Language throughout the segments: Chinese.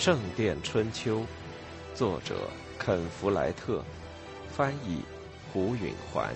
圣殿春秋》，作者肯·弗莱特，翻译胡允环。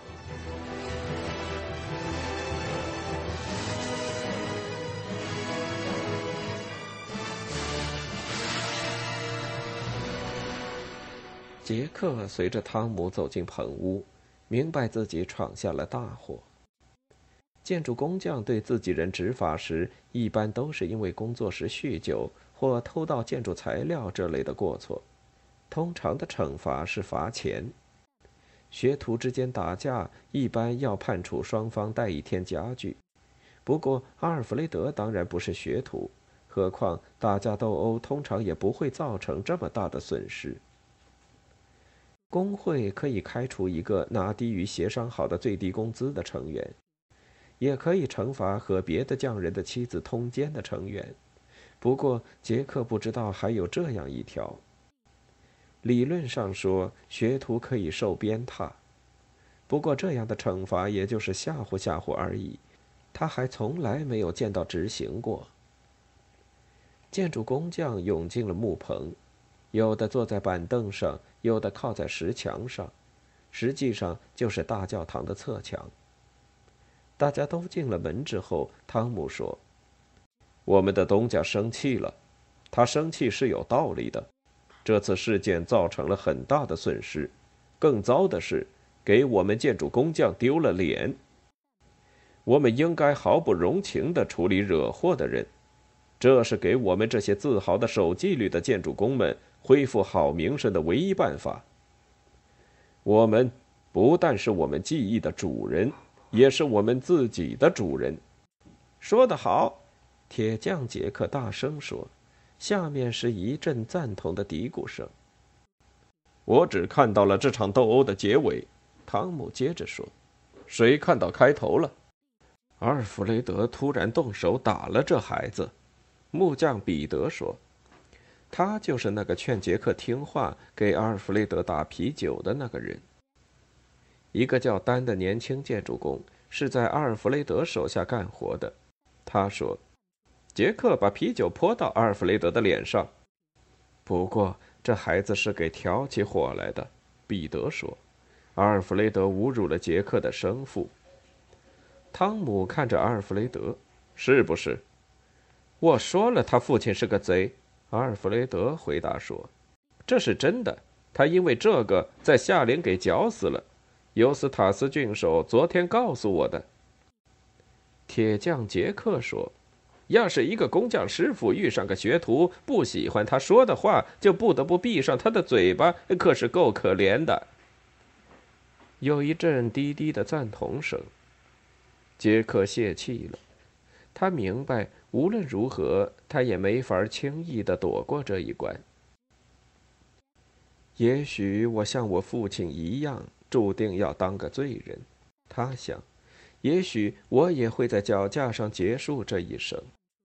杰克随着汤姆走进棚屋，明白自己闯下了大祸。建筑工匠对自己人执法时，一般都是因为工作时酗酒或偷盗建筑材料这类的过错，通常的惩罚是罚钱。学徒之间打架，一般要判处双方带一天家具。不过阿尔弗雷德当然不是学徒，何况打架斗殴通常也不会造成这么大的损失。工会可以开除一个拿低于协商好的最低工资的成员，也可以惩罚和别的匠人的妻子通奸的成员。不过杰克不知道还有这样一条。理论上说，学徒可以受鞭挞，不过这样的惩罚也就是吓唬吓唬而已，他还从来没有见到执行过。建筑工匠涌进了木棚，有的坐在板凳上，有的靠在石墙上，实际上就是大教堂的侧墙。大家都进了门之后，汤姆说：“我们的东家生气了，他生气是有道理的。这次事件造成了很大的损失，更糟的是，给我们建筑工匠丢了脸。我们应该毫不容情地处理惹祸的人，这是给我们这些自豪的守纪律的建筑工们恢复好名声的唯一办法。我们不但是我们记忆的主人，也是我们自己的主人。”说得好，铁匠杰克大声说，下面是一阵赞同的嘀咕声。我只看到了这场斗殴的结尾，汤姆接着说。谁看到开头了？阿尔弗雷德突然动手打了这孩子，木匠彼得说。他就是那个劝杰克听话，给阿尔弗雷德打啤酒的那个人。一个叫丹的年轻建筑工是在阿尔弗雷德手下干活的。他说，杰克把啤酒泼到阿尔弗雷德的脸上。不过这孩子是给挑起火来的，彼得说。阿尔弗雷德侮辱了杰克的生父。汤姆看着阿尔弗雷德，是不是？我说了，他父亲是个贼。阿尔弗雷德回答说，这是真的，他因为这个在夏林给绞死了。尤斯塔斯郡守昨天告诉我的。铁匠杰克说，要是一个工匠师傅遇上个学徒，不喜欢他说的话，就不得不闭上他的嘴巴，可是够可怜的。有一阵低低的赞同声。杰克泄气了，他明白无论如何他也没法轻易地躲过这一关。也许我像我父亲一样注定要当个罪人，他想，也许我也会在脚架上结束这一生。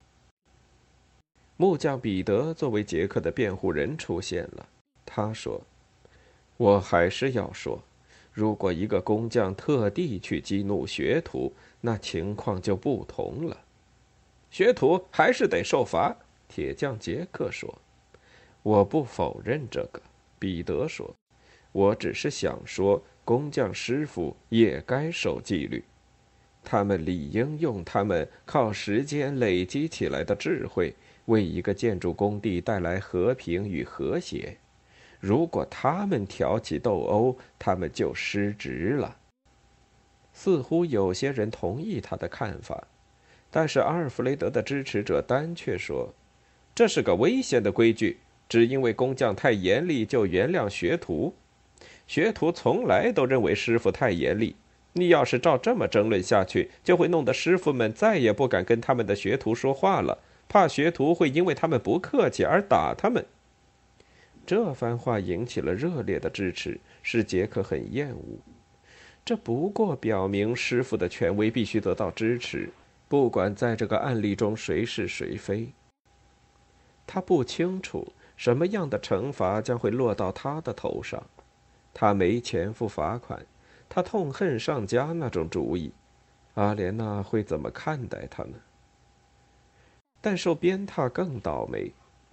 木匠彼得作为杰克的辩护人出现了，他说，我还是要说，如果一个工匠特地去激怒学徒，那情况就不同了。学徒还是得受罚，铁匠杰克说。我不否认这个，彼得说，我只是想说，工匠师傅也该守纪律，他们理应用他们靠时间累积起来的智慧，为一个建筑工地带来和平与和谐。如果他们挑起斗殴，他们就失职了。似乎有些人同意他的看法，但是阿尔弗雷德的支持者丹却说，这是个危险的规矩，只因为工匠太严厉就原谅学徒。学徒从来都认为师傅太严厉，你要是照这么争论下去，就会弄得师傅们再也不敢跟他们的学徒说话了，怕学徒会因为他们不客气而打他们。这番话引起了热烈的支持，使杰克很厌恶。这不过表明师傅的权威必须得到支持，不管在这个案例中谁是谁非。他不清楚什么样的惩罚将会落到他的头上。他没钱付罚款，他痛恨上家那种主意。阿莲娜会怎么看待他呢？但受鞭挞更倒霉。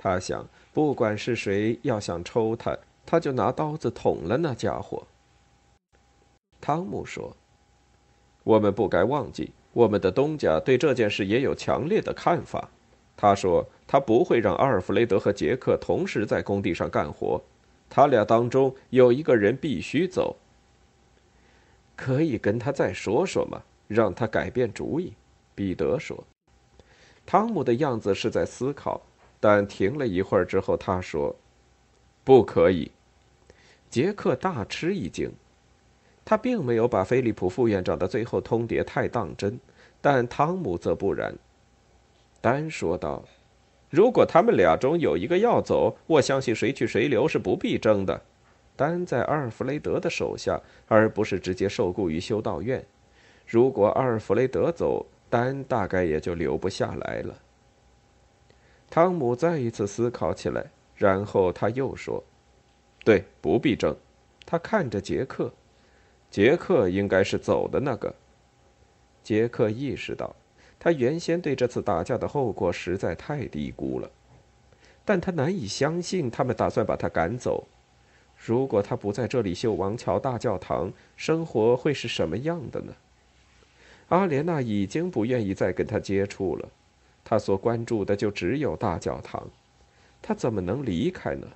他想，不管是谁要想抽他，他就拿刀子捅了那家伙。汤姆说：“我们不该忘记，我们的东家对这件事也有强烈的看法。他说，他不会让阿尔弗雷德和杰克同时在工地上干活，他俩当中有一个人必须走。可以跟他再说说吗？让他改变主意。”彼得说。汤姆的样子是在思考，但停了一会儿之后，他说：“不可以。”杰克大吃一惊，他并没有把菲利普副院长的最后通牒太当真，但汤姆则不然。丹说道：“如果他们俩中有一个要走，我相信谁去谁留是不必争的。丹在阿尔弗雷德的手下，而不是直接受雇于修道院。如果阿尔弗雷德走，丹大概也就留不下来了。”汤姆再一次思考起来，然后他又说：“对，不必争。”他看着杰克，杰克应该是走的那个。杰克意识到，他原先对这次打架的后果实在太低估了，但他难以相信他们打算把他赶走。如果他不在这里修王桥大教堂，生活会是什么样的呢？阿莲娜已经不愿意再跟他接触了，他所关注的就只有大教堂，他怎么能离开呢？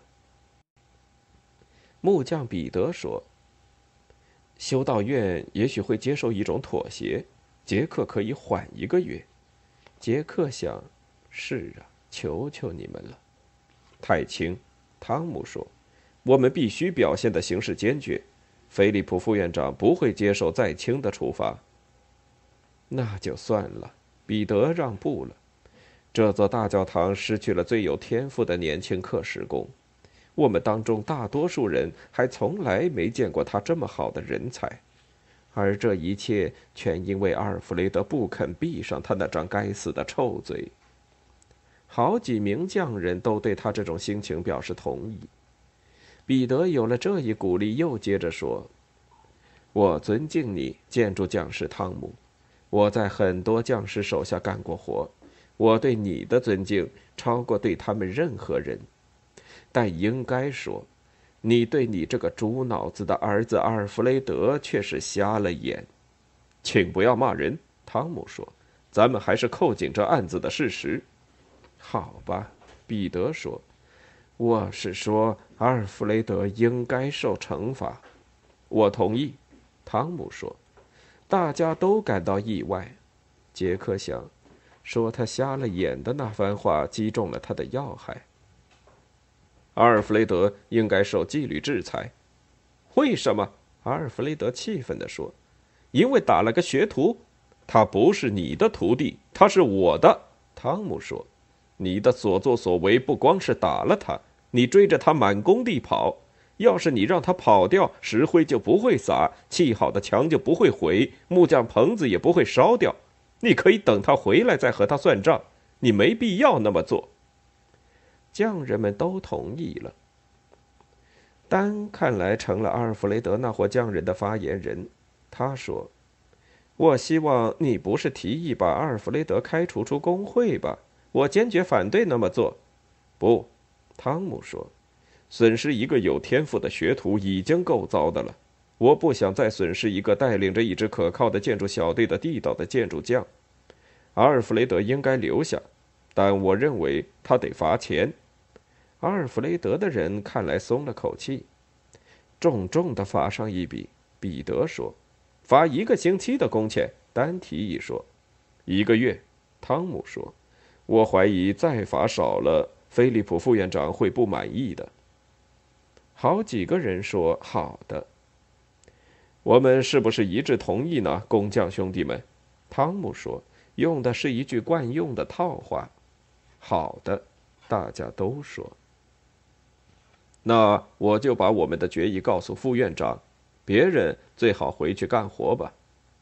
木匠彼得说：“修道院也许会接受一种妥协，杰克可以缓1个月。”杰克想：“是啊，求求你们了。”太轻，汤姆说：“我们必须表现得行事坚决。菲利普副院长不会接受再轻的处罚。”那就算了，彼得让步了。这座大教堂失去了最有天赋的年轻刻石工，我们当中大多数人还从来没见过他这么好的人才，而这一切全因为阿尔弗雷德不肯闭上他那张该死的臭嘴。好几名匠人都对他这种心情表示同意。彼得有了这一鼓励，又接着说：“我尊敬你，建筑匠师汤姆。我在很多匠师手下干过活，我对你的尊敬超过对他们任何人。但应该说，你对你这个猪脑子的儿子阿尔弗雷德却是瞎了眼。”“请不要骂人。”汤姆说，“咱们还是扣紧这案子的事实。”“好吧。”彼得说，“我是说阿尔弗雷德应该受惩罚。”“我同意。”汤姆说。大家都感到意外。杰克想，说他瞎了眼的那番话击中了他的要害。“阿尔弗雷德应该受纪律制裁。”“为什么？”阿尔弗雷德气愤地说，“因为打了个学徒。”“他不是你的徒弟，他是我的。”汤姆说，“你的所作所为不光是打了他，你追着他满工地跑。要是你让他跑掉，石灰就不会撒，砌好的墙就不会毁，木匠棚子也不会烧掉。你可以等他回来再和他算账，你没必要那么做。”匠人们都同意了。丹看来成了阿尔弗雷德那伙匠人的发言人。他说：“我希望你不是提议把阿尔弗雷德开除出工会吧？我坚决反对那么做。”“不。”汤姆说，“损失一个有天赋的学徒已经够糟的了，我不想再损失一个带领着一支可靠的建筑小队的地道的建筑匠。阿尔弗雷德应该留下，但我认为他得罚钱。”阿尔弗雷德的人看来松了口气。“重重地罚上一笔。”彼得说。“罚1个星期的工钱。”丹提议说。“1个月。”汤姆说，“我怀疑再罚少了，菲利普副院长会不满意的。”好几个人说：“好的。”“我们是不是一致同意呢，工匠兄弟们？”汤姆说，用的是一句惯用的套话。“好的。”大家都说。“那我就把我们的决议告诉副院长，别人最好回去干活吧。”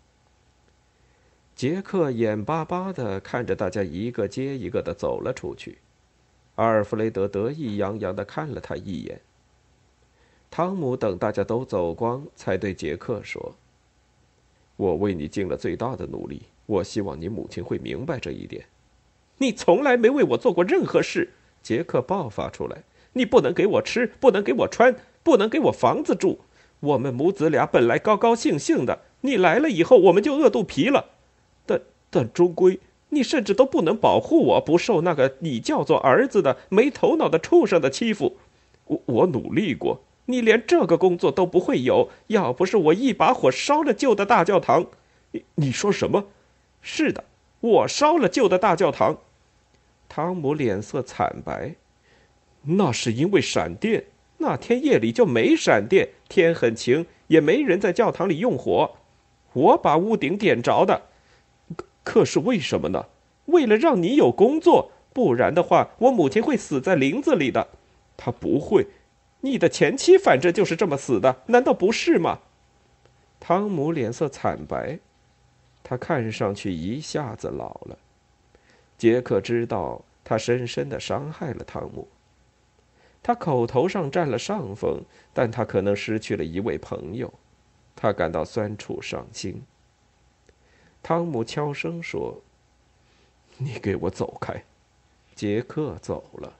杰克眼巴巴地看着大家一个接一个地走了出去。阿尔弗雷德得意洋洋地看了他一眼。汤姆等大家都走光，才对杰克说：“我为你尽了最大的努力，我希望你母亲会明白这一点。”“你从来没为我做过任何事。” 杰克爆发出来：“你不能给我吃，不能给我穿，不能给我房子住。我们母子俩本来高高兴兴的，你来了以后，我们就饿肚皮了。但终归，你甚至都不能保护我，不受那个你叫做儿子的没头脑的畜生的欺负。我努力过，你连这个工作都不会有。要不是我一把火烧了旧的大教堂。”你说什么？是的，我烧了旧的大教堂。汤姆脸色惨白。那是因为闪电，那天夜里就没闪电，天很晴，也没人在教堂里用火。我把屋顶点着的。可是为什么呢？为了让你有工作，不然的话，我母亲会死在林子里的。她不会，你的前妻反正就是这么死的，难道不是吗？汤姆脸色惨白。他看上去一下子老了。杰克知道他深深地伤害了汤姆。他口头上占了上风，但他可能失去了一位朋友。他感到酸楚伤心。汤姆悄声说：“你给我走开。”杰克走了。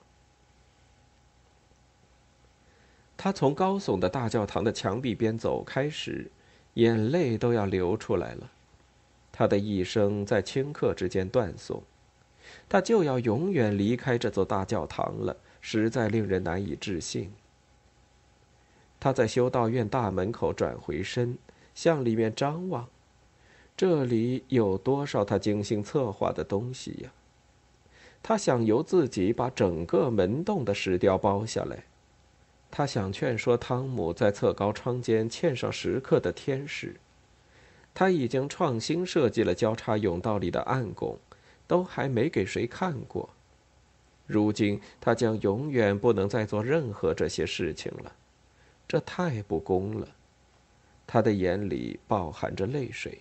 他从高耸的大教堂的墙壁边走开时，眼泪都要流出来了。他的一生在顷刻之间断送，他就要永远离开这座大教堂了，实在令人难以置信。他在修道院大门口转回身，向里面张望，这里有多少他精心策划的东西呀！他想由自己把整个门洞的石雕包下来。他想劝说汤姆在侧高窗间嵌上石刻的天使。他已经创新设计了交叉甬道里的暗拱，都还没给谁看过。如今他将永远不能再做任何这些事情了，这太不公了。他的眼里饱含着泪水。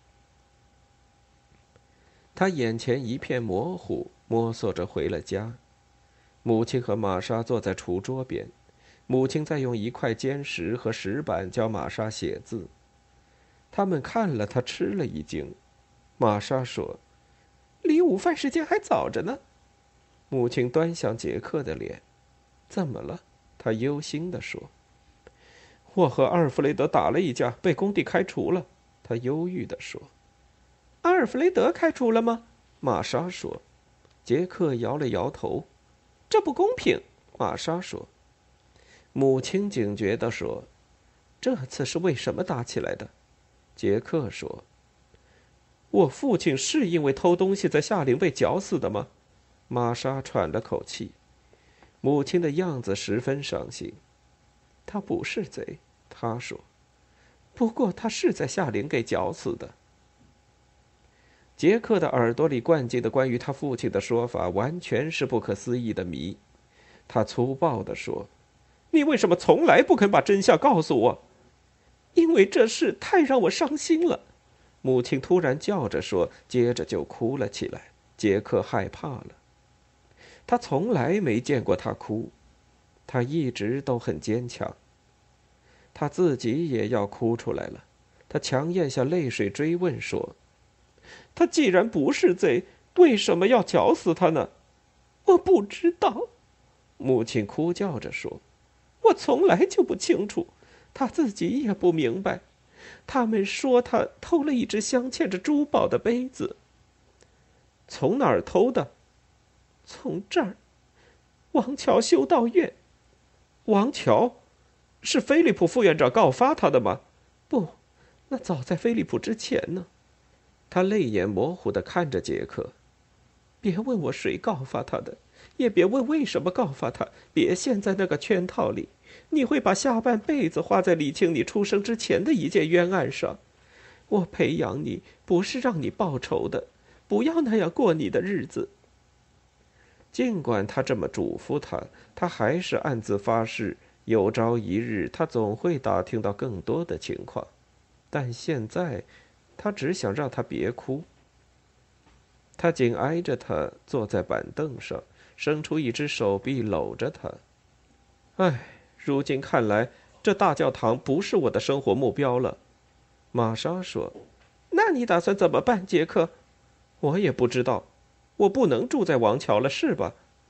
他眼前一片模糊，摸索着回了家。母亲和玛莎坐在厨桌边，母亲在用一块尖石和石板教玛莎写字。他们看了他，吃了一惊。玛莎说：“离午饭时间还早着呢。”母亲端详杰克的脸。“怎么了？”他忧心地说。“我和阿尔弗雷德打了一架，被工地开除了。”他忧郁地说。“阿尔弗雷德开除了吗？”玛莎说。杰克摇了摇头。“这不公平。”玛莎说。母亲警觉地说：“这次是为什么打起来的？”杰克说：“我父亲是因为偷东西在夏令被绞死的吗？”玛莎喘了口气。母亲的样子十分伤心。“他不是贼。”她说，“不过他是在夏令给绞死的。”杰克的耳朵里灌进的关于他父亲的说法完全是不可思议的谜。他粗暴地说：“你为什么从来不肯把真相告诉我？”“因为这事太让我伤心了。”母亲突然叫着说，接着就哭了起来。杰克害怕了。他从来没见过她哭，他一直都很坚强。他自己也要哭出来了。他强咽下泪水，追问说：“他既然不是贼，为什么要绞死他呢？”“我不知道。”母亲哭叫着说，“我从来就不清楚，他自己也不明白。他们说他偷了一只镶嵌着珠宝的杯子。”“从哪儿偷的？”“从这儿，王桥修道院。”“王桥？是菲利普副院长告发他的吗？”“不，那早在菲利普之前呢。”他泪眼模糊地看着杰克。“别问我谁告发他的，也别问为什么告发他，别陷在那个圈套里。你会把下半辈子花在理清你出生之前的一件冤案上。我培养你不是让你报仇的，不要那样过你的日子。”尽管他这么嘱咐他，他还是暗自发誓，有朝一日他总会打听到更多的情况。但现在他只想让他别哭。他紧挨着他坐在板凳上，伸出一只手臂搂着他。“唉，如今看来，这大教堂不是我的生活目标了。”玛莎说。“那你打算怎么办，杰克？”“我也不知道。我不能住在王桥了，是吧？”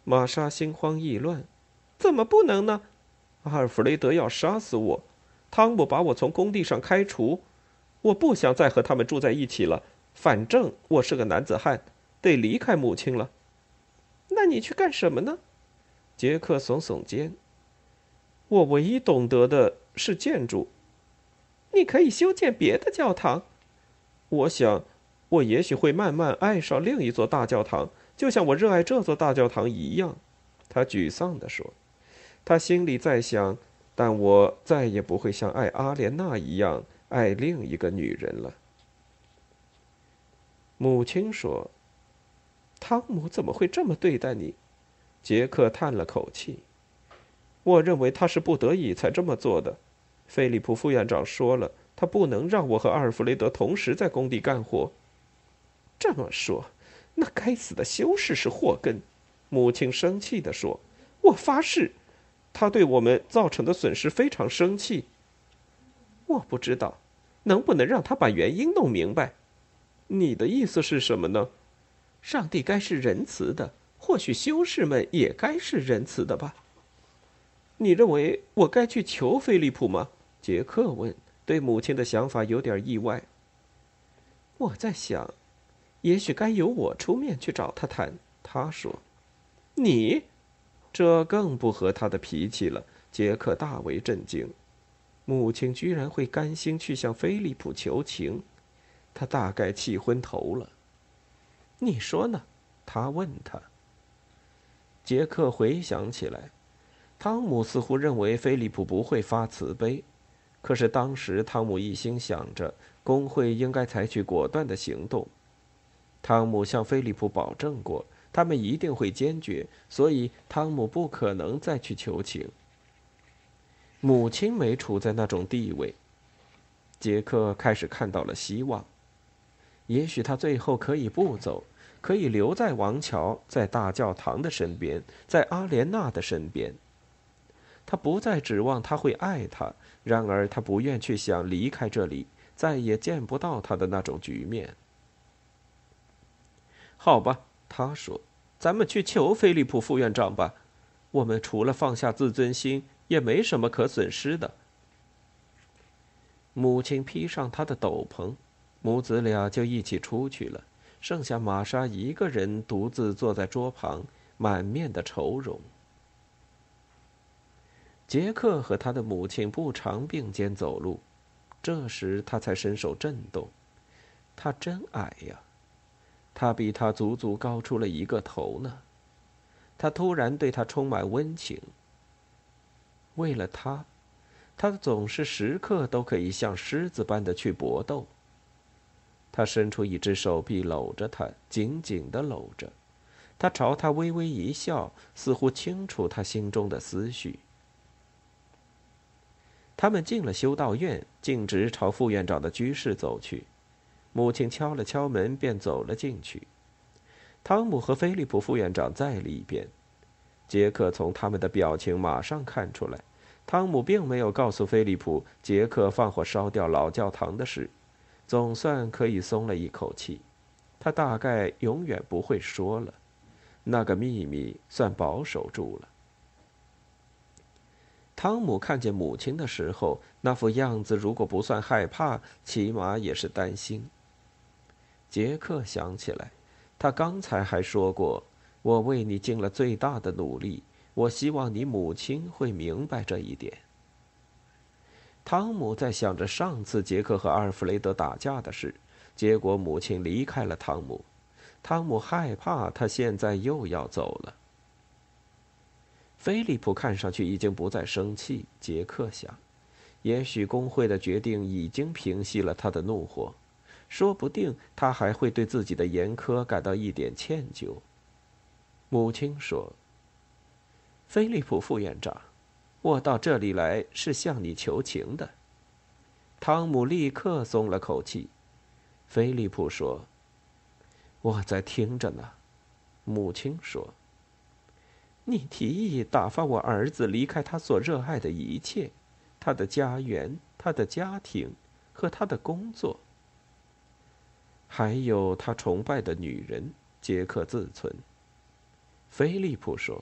玛莎心慌意乱：“怎么不能呢？阿尔弗雷德要杀死我，汤姆把我从工地上开除，我不想再和他们住在一起了。反正我是个男子汉，得离开母亲了。”“那你去干什么呢？”杰克耸耸肩：“我唯一懂得的是建筑。”“你可以修建别的教堂。”“我想，我也许会慢慢爱上另一座大教堂，就像我热爱这座大教堂一样。”他沮丧地说。他心里在想，但我再也不会像爱阿莲娜一样爱另一个女人了。母亲说：“汤姆怎么会这么对待你？”杰克叹了口气：“我认为他是不得已才这么做的。菲利普副院长说了，他不能让我和阿尔弗雷德同时在工地干活。”“这么说，那该死的修士是祸根。”母亲生气地说：“我发誓，他对我们造成的损失非常生气。”“我不知道，能不能让他把原因弄明白？”“你的意思是什么呢？”“上帝该是仁慈的，或许修士们也该是仁慈的吧。”“你认为我该去求菲利普吗？”杰克问，对母亲的想法有点意外。“我在想，也许该由我出面去找他谈。”他说。“你？”这更不合他的脾气了。杰克大为震惊，母亲居然会甘心去向菲利普求情，他大概气昏头了。“你说呢？”他问他。杰克回想起来，汤姆似乎认为菲利普不会发慈悲，可是当时汤姆一心想着工会应该采取果断的行动。汤姆向菲利普保证过，他们一定会坚决，所以汤姆不可能再去求情。母亲没处在那种地位，杰克开始看到了希望。也许他最后可以不走，可以留在王桥，在大教堂的身边，在阿莲娜的身边。他不再指望他会爱她，然而他不愿去想离开这里，再也见不到她的那种局面。“好吧。”他说，“咱们去求菲利普副院长吧。我们除了放下自尊心，也没什么可损失的。”母亲披上她的斗篷，母子俩就一起出去了，剩下玛莎一个人独自坐在桌旁，满面的愁容。杰克和他的母亲不常并肩走路，这时他才身手震动。他真矮呀！他比他足足高出了一个头呢。他突然对他充满温情。为了他，他总是时刻都可以像狮子般的去搏斗。他伸出一只手臂搂着他，紧紧地搂着。他朝他微微一笑，似乎清楚他心中的思绪。他们进了修道院，径直朝副院长的居室走去。母亲敲了敲门，便走了进去。汤姆和菲利普副院长在里边。杰克从他们的表情马上看出来，汤姆并没有告诉菲利普杰克放火烧掉老教堂的事，总算可以松了一口气。他大概永远不会说了，那个秘密算保守住了。汤姆看见母亲的时候，那副样子如果不算害怕，起码也是担心。杰克想起来，他刚才还说过，我为你尽了最大的努力，我希望你母亲会明白这一点。汤姆在想着上次杰克和阿尔弗雷德打架的事，结果母亲离开了汤姆。汤姆害怕他现在又要走了。菲利普看上去已经不再生气，杰克想，也许工会的决定已经平息了他的怒火，说不定他还会对自己的严苛感到一点歉疚。母亲说：“菲利普副院长，我到这里来是向你求情的。”汤姆立刻松了口气。菲利普说：“我在听着呢。”母亲说：“你提议打发我儿子离开他所热爱的一切，他的家园，他的家庭和他的工作，还有他崇拜的女人。”杰克自存。 菲利普说：“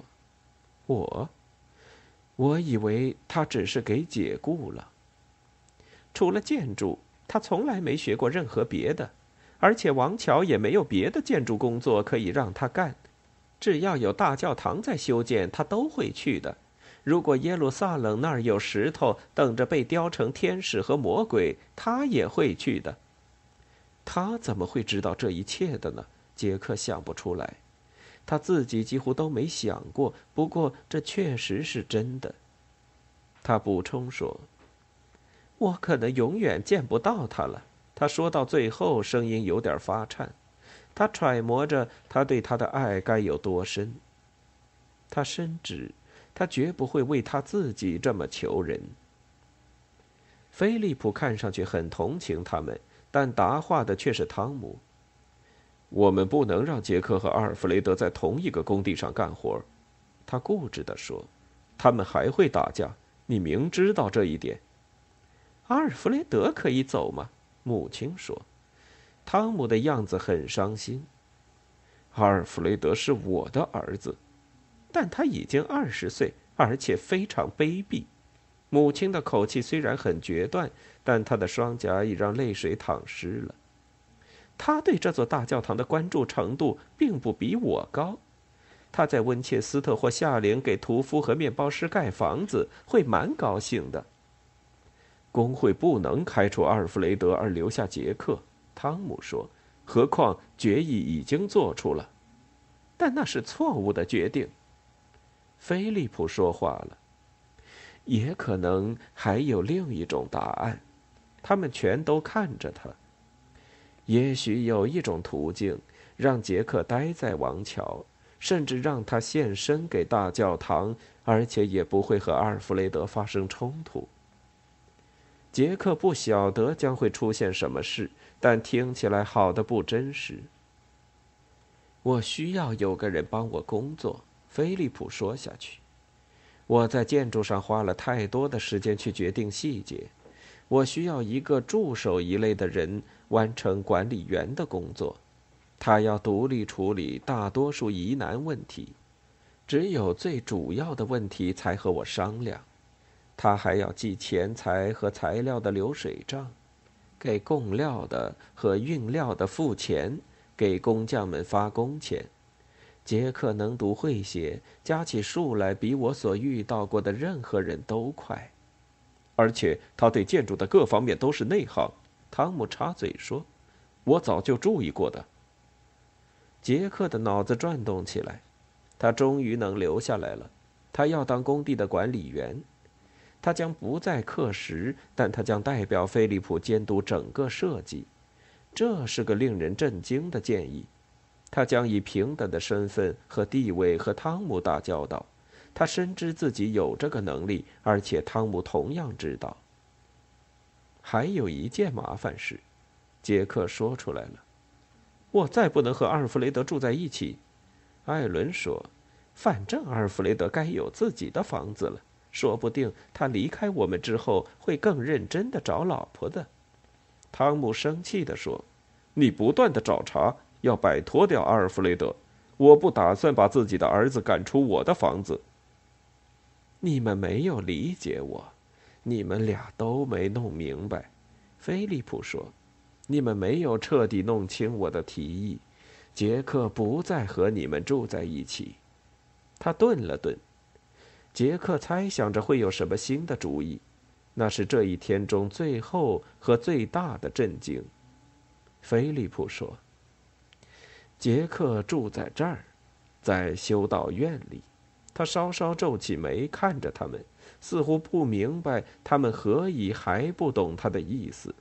我以为他只是给解雇了。除了建筑，他从来没学过任何别的，而且王桥也没有别的建筑工作可以让他干。只要有大教堂在修建，他都会去的。如果耶路撒冷那儿有石头等着被雕成天使和魔鬼，他也会去的。”他怎么会知道这一切的呢？杰克想不出来。他自己几乎都没想过，不过这确实是真的。他补充说：“我可能永远见不到他了。”他说到最后，声音有点发颤。他揣摩着他对他的爱该有多深。他深知，他绝不会为他自己这么求人。菲利普看上去很同情他们，但答话的却是汤姆。我们不能让杰克和阿尔弗雷德在同一个工地上干活，他固执地说。他们还会打架，你明知道这一点。阿尔弗雷德可以走吗？母亲说。汤姆的样子很伤心。阿尔弗雷德是我的儿子，但他已经20岁，而且非常卑鄙。母亲的口气虽然很决断，但她的双颊已让泪水淌湿了。他对这座大教堂的关注程度并不比我高。他在温切斯特或夏令给屠夫和面包师盖房子，会蛮高兴的。工会不能开除阿尔弗雷德而留下杰克，汤姆说，何况决议已经做出了。但那是错误的决定。菲利普说话了。也可能还有另一种答案。他们全都看着他。也许有一种途径，让杰克待在王桥，甚至让他献身给大教堂，而且也不会和阿尔弗雷德发生冲突。杰克不晓得将会出现什么事，但听起来好的不真实。我需要有个人帮我工作，菲利普说下去。我在建筑上花了太多的时间去决定细节，我需要一个助手一类的人完成管理员的工作。他要独立处理大多数疑难问题，只有最主要的问题才和我商量。他还要记钱财和材料的流水账，给供料的和运料的付钱，给工匠们发工钱。杰克能读会写，加起数来比我所遇到过的任何人都快。而且他对建筑的各方面都是内行，汤姆插嘴说，我早就注意过的。杰克的脑子转动起来，他终于能留下来了。他要当工地的管理员，他将不再课时，但他将代表菲利普监督整个设计。这是个令人震惊的建议。他将以平等的身份和地位和汤姆打交道。他深知自己有这个能力，而且汤姆同样知道。还有一件麻烦事，杰克说出来了。我再不能和阿尔弗雷德住在一起。艾伦说，反正阿尔弗雷德该有自己的房子了，说不定他离开我们之后会更认真地找老婆的。汤姆生气地说，你不断地找茬，要摆脱掉阿尔弗雷德。我不打算把自己的儿子赶出我的房子。你们没有理解我，你们俩都没弄明白。菲利普说，你们没有彻底弄清我的提议。杰克不再和你们住在一起。他顿了顿。杰克猜想着会有什么新的主意，那是这一天中最后和最大的震惊。菲利普说，杰克住在这儿，在修道院里。他稍稍皱起眉，看着他们，似乎不明白他们何以还不懂他的意思。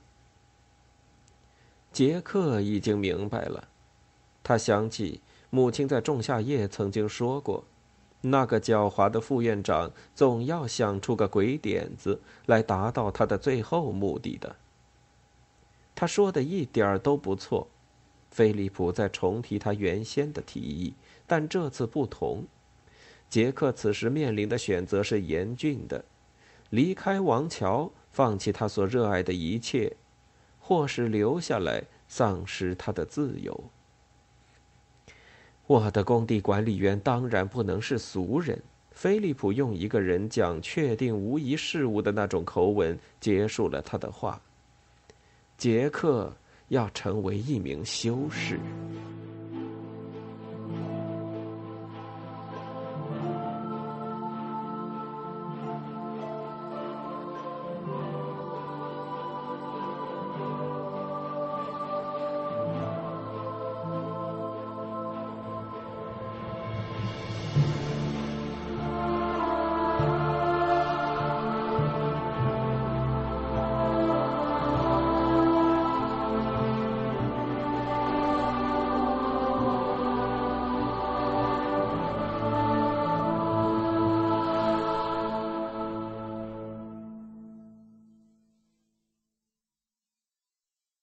杰克已经明白了。他想起母亲在仲夏夜曾经说过，那个狡猾的副院长总要想出个鬼点子来达到他的最后目的的。他说的一点儿都不错。菲利普在重提他原先的提议，但这次不同。杰克此时面临的选择是严峻的：离开王桥，放弃他所热爱的一切，或是留下来，丧失他的自由。 我的工地管理员当然不能是俗人。菲利普用一个人讲确定无疑事物的那种口吻结束了他的话。杰克要成为一名修士。